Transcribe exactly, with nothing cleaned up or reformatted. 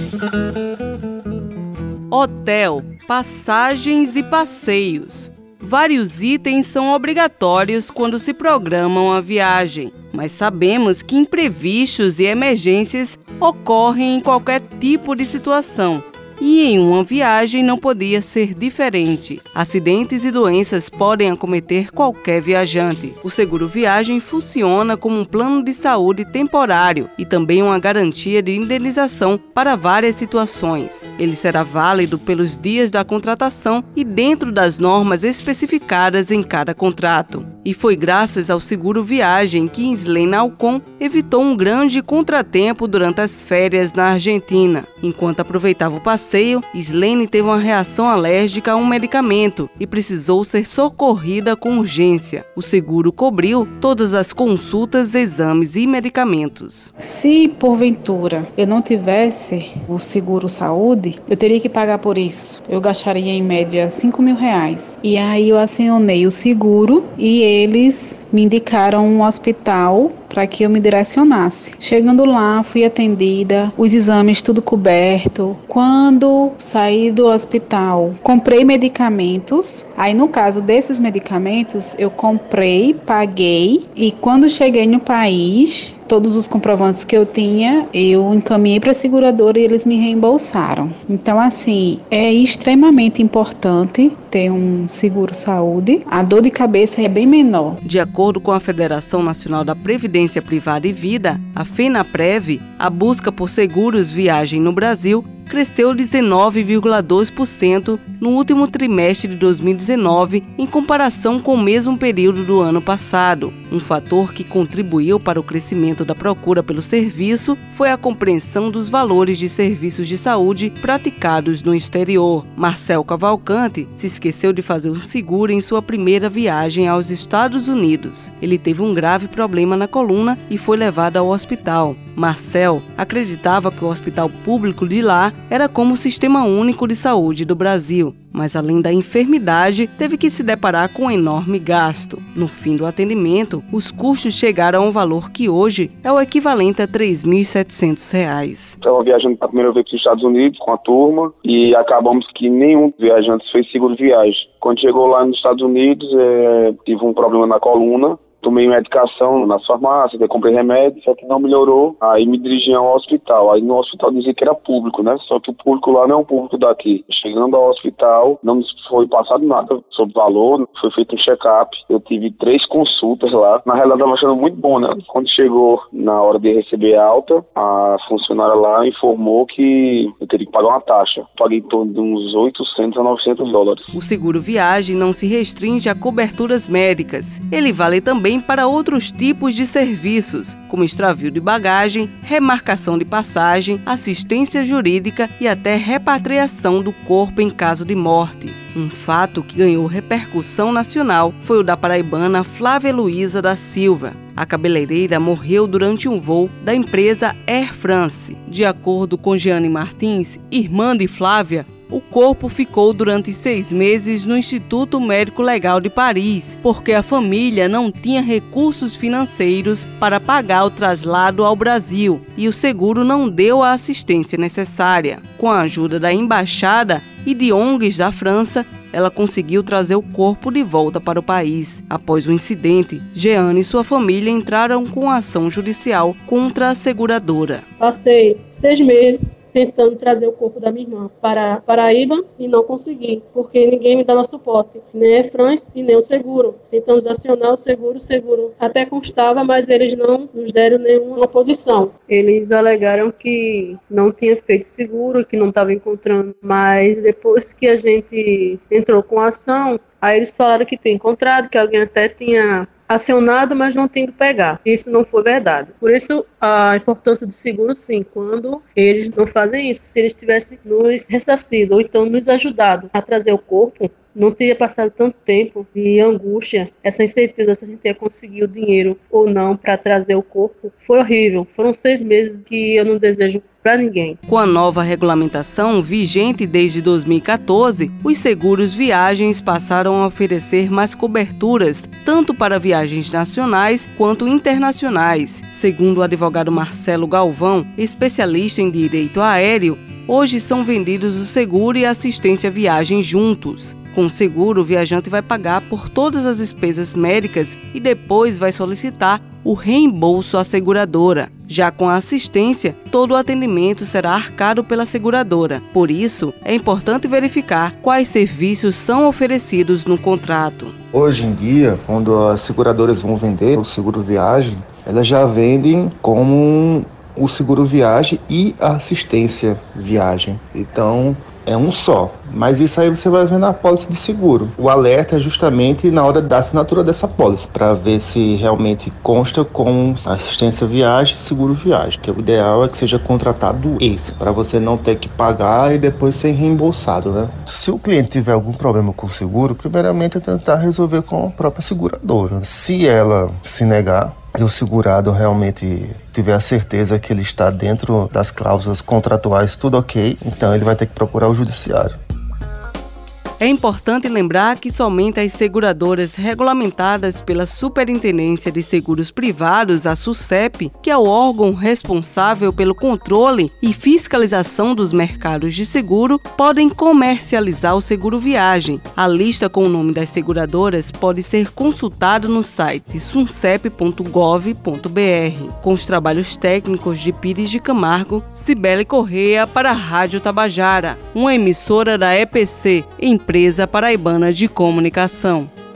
Hotel, passagens e passeios. Vários itens são obrigatórios quando se programa uma viagem, mas sabemos que imprevistos e emergências ocorrem em qualquer tipo de situação. E em uma viagem não podia ser diferente. Acidentes e doenças podem acometer qualquer viajante. O seguro viagem funciona como um plano de saúde temporário e também uma garantia de indenização para várias situações. Ele será válido pelos dias da contratação e dentro das normas especificadas em cada contrato. E foi graças ao seguro viagem que Islene Alcon evitou um grande contratempo durante as férias na Argentina. Enquanto aproveitava o passeio, Islene teve uma reação alérgica a um medicamento e precisou ser socorrida com urgência. O seguro cobriu todas as consultas, exames e medicamentos. Se, porventura, eu não tivesse o seguro saúde, eu teria que pagar por isso. Eu gastaria, em média, cinco mil reais. E aí eu acionei o seguro e eles me indicaram um hospital para que eu me direcionasse. Chegando lá, fui atendida, os exames tudo coberto. Quando saí do hospital, comprei medicamentos. Aí, no caso desses medicamentos, eu comprei, paguei e quando cheguei no país, todos os comprovantes que eu tinha, eu encaminhei para a seguradora e eles me reembolsaram. Então, assim, é extremamente importante ter um seguro saúde. A dor de cabeça é bem menor. De acordo com a Federação Nacional da Previdência Privada e Vida, a FENAPREV, a busca por seguros viagem no Brasil cresceu dezenove vírgula dois por cento no último trimestre de dois mil e dezenove, em comparação com o mesmo período do ano passado. Um fator que contribuiu para o crescimento da procura pelo serviço foi a compreensão dos valores de serviços de saúde praticados no exterior. Marcel Cavalcante se esqueceu de fazer um seguro em sua primeira viagem aos Estados Unidos. Ele teve um grave problema na coluna e foi levado ao hospital. Marcel acreditava que o hospital público de lá era como o Sistema Único de Saúde do Brasil, mas além da enfermidade, teve que se deparar com um enorme gasto. No fim do atendimento, os custos chegaram a um valor que hoje é o equivalente a três mil e setecentos reais. Estava viajando pela primeira vez para os Estados Unidos com a turma e acabamos que nenhum viajante fez seguro viagem. Quando chegou lá nos Estados Unidos, é, tive um problema na coluna. Tomei medicação nas farmácias, comprei remédio, só que não melhorou. Aí me dirigi ao hospital. Aí no hospital dizia que era público, né? Só que o público lá não é um público daqui. Chegando ao hospital, não me foi passado nada sobre valor, foi feito um check-up. Eu tive três consultas lá. Na realidade, eu estava achando muito bom, né? Quando chegou na hora de receber a alta, a funcionária lá informou que eu teria que pagar uma taxa. Paguei em torno de uns oitocentos a novecentos dólares. O seguro viagem não se restringe a coberturas médicas. Ele vale também para outros tipos de serviços, como extravio de bagagem, remarcação de passagem, assistência jurídica e até repatriação do corpo em caso de morte. Um fato que ganhou repercussão nacional foi o da paraibana Flávia Luísa da Silva. A cabeleireira morreu durante um voo da empresa Air France. De acordo com Jeane Martins, irmã de Flávia, o corpo ficou durante seis meses no Instituto Médico Legal de Paris, porque a família não tinha recursos financeiros para pagar o traslado ao Brasil e o seguro não deu a assistência necessária. Com a ajuda da embaixada e de O N Gs da França, ela conseguiu trazer o corpo de volta para o país. Após o incidente, Jeane e sua família entraram com ação judicial contra a seguradora. Passei seis meses tentando trazer o corpo da minha irmã para Paraíba e não consegui, porque ninguém me dava suporte, nem a France e nem o seguro. Tentamos acionar o seguro, o seguro até constava, mas eles não nos deram nenhuma oposição. Eles alegaram que não tinha feito seguro, que não estava encontrando, mas depois que a gente entrou com a ação, aí eles falaram que tinha encontrado, que alguém até tinha acionado, mas não tem que pegar. Isso não foi verdade. Por isso, a importância do seguro, sim, quando eles não fazem isso. Se eles tivessem nos ressarcido ou então nos ajudado a trazer o corpo, não teria passado tanto tempo de angústia, essa incerteza se a gente ia conseguir o dinheiro ou não para trazer o corpo. Foi horrível. Foram seis meses que eu não desejo para ninguém. Com a nova regulamentação vigente desde dois mil e quatorze, os seguros viagens passaram a oferecer mais coberturas, tanto para viagens nacionais quanto internacionais. Segundo o advogado Marcelo Galvão, especialista em direito aéreo, hoje são vendidos o seguro e a assistência à viagem juntos. Com o seguro, o viajante vai pagar por todas as despesas médicas e depois vai solicitar o reembolso à seguradora. Já com a assistência, todo o atendimento será arcado pela seguradora. Por isso, é importante verificar quais serviços são oferecidos no contrato. Hoje em dia, quando as seguradoras vão vender o seguro viagem, elas já vendem como o seguro viagem e a assistência viagem. Então, é um só, mas isso aí você vai ver na pólice de seguro. O alerta é justamente na hora da assinatura dessa pólice, para ver se realmente consta com assistência viagem e seguro viagem, que o ideal é que seja contratado esse, para você não ter que pagar e depois ser reembolsado, né? Se o cliente tiver algum problema com o seguro, primeiramente é tentar resolver com a própria seguradora. Se ela se negar e o segurado realmente tiver a certeza que ele está dentro das cláusulas contratuais, tudo ok, então ele vai ter que procurar o judiciário. É importante lembrar que somente as seguradoras regulamentadas pela Superintendência de Seguros Privados, a SUSEP, que é o órgão responsável pelo controle e fiscalização dos mercados de seguro, podem comercializar o seguro viagem. A lista com o nome das seguradoras pode ser consultada no site sunsep ponto gov ponto br. Com os trabalhos técnicos de Pires de Camargo, Cibele Correia para a Rádio Tabajara, uma emissora da E P C, Empresa Paraibana de Comunicação.